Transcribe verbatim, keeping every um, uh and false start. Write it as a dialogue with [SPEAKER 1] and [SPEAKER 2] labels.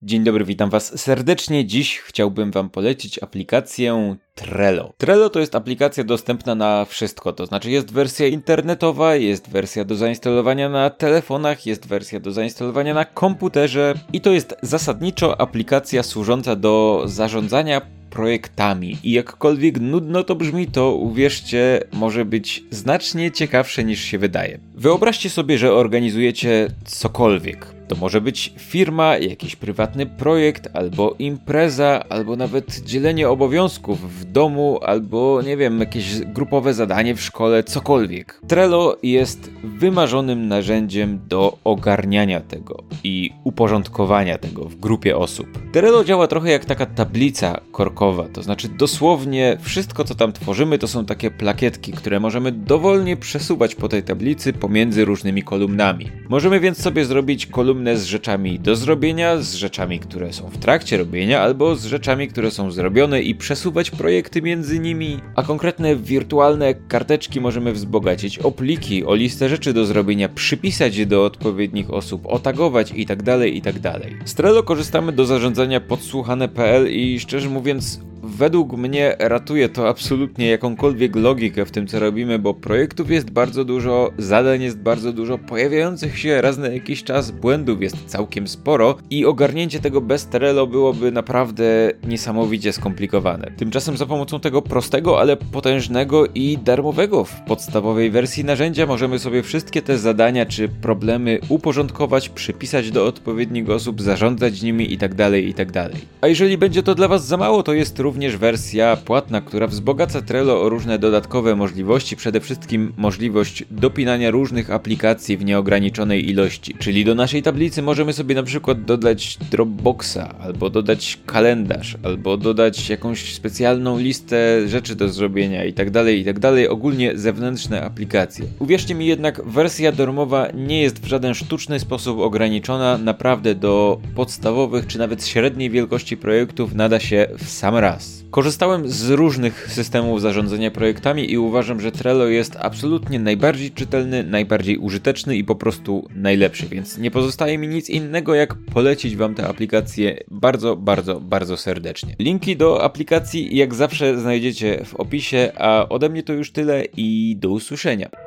[SPEAKER 1] Dzień dobry, witam Was serdecznie. Dziś chciałbym Wam polecić aplikację Trello. Trello to jest aplikacja dostępna na wszystko, to znaczy jest wersja internetowa, jest wersja do zainstalowania na telefonach, jest wersja do zainstalowania na komputerze i to jest zasadniczo aplikacja służąca do zarządzania projektami. I jakkolwiek nudno to brzmi, to uwierzcie, może być znacznie ciekawsze niż się wydaje. Wyobraźcie sobie, że organizujecie cokolwiek. To może być firma, jakiś prywatny projekt, albo impreza, albo nawet dzielenie obowiązków w domu, albo nie wiem, jakieś grupowe zadanie w szkole, cokolwiek. Trello jest wymarzonym narzędziem do ogarniania tego i uporządkowania tego w grupie osób. Trello działa trochę jak taka tablica korkowa, to znaczy dosłownie wszystko, co tam tworzymy, to są takie plakietki, które możemy dowolnie przesuwać po tej tablicy pomiędzy różnymi kolumnami. Możemy więc sobie zrobić kolumnę z rzeczami do zrobienia, z rzeczami, które są w trakcie robienia, albo z rzeczami, które są zrobione i przesuwać projekty między nimi, a konkretne wirtualne karteczki możemy wzbogacić o pliki, o listę rzeczy do zrobienia, przypisać je do odpowiednich osób, otagować itd., itd. Z Trello korzystamy do zarządzania podsłuchane kropka p l i szczerze mówiąc według mnie ratuje to absolutnie jakąkolwiek logikę w tym, co robimy, bo projektów jest bardzo dużo, zadań jest bardzo dużo, pojawiających się raz na jakiś czas błędów jest całkiem sporo i ogarnięcie tego bez Trello byłoby naprawdę niesamowicie skomplikowane. Tymczasem za pomocą tego prostego, ale potężnego i darmowego w podstawowej wersji narzędzia możemy sobie wszystkie te zadania czy problemy uporządkować, przypisać do odpowiednich osób, zarządzać nimi itd., itd. A jeżeli będzie to dla Was za mało, to jest również również wersja płatna, która wzbogaca Trello o różne dodatkowe możliwości, przede wszystkim możliwość dopinania różnych aplikacji w nieograniczonej ilości, czyli do naszej tablicy możemy sobie na przykład dodać Dropboxa, albo dodać kalendarz, albo dodać jakąś specjalną listę rzeczy do zrobienia itd., itd., ogólnie zewnętrzne aplikacje. Uwierzcie mi jednak, wersja darmowa nie jest w żaden sztuczny sposób ograniczona, naprawdę do podstawowych czy nawet średniej wielkości projektów nada się w sam raz. Korzystałem z różnych systemów zarządzania projektami i uważam, że Trello jest absolutnie najbardziej czytelny, najbardziej użyteczny i po prostu najlepszy, więc nie pozostaje mi nic innego jak polecić Wam tę aplikację bardzo, bardzo, bardzo serdecznie. Linki do aplikacji jak zawsze znajdziecie w opisie, a ode mnie to już tyle i do usłyszenia.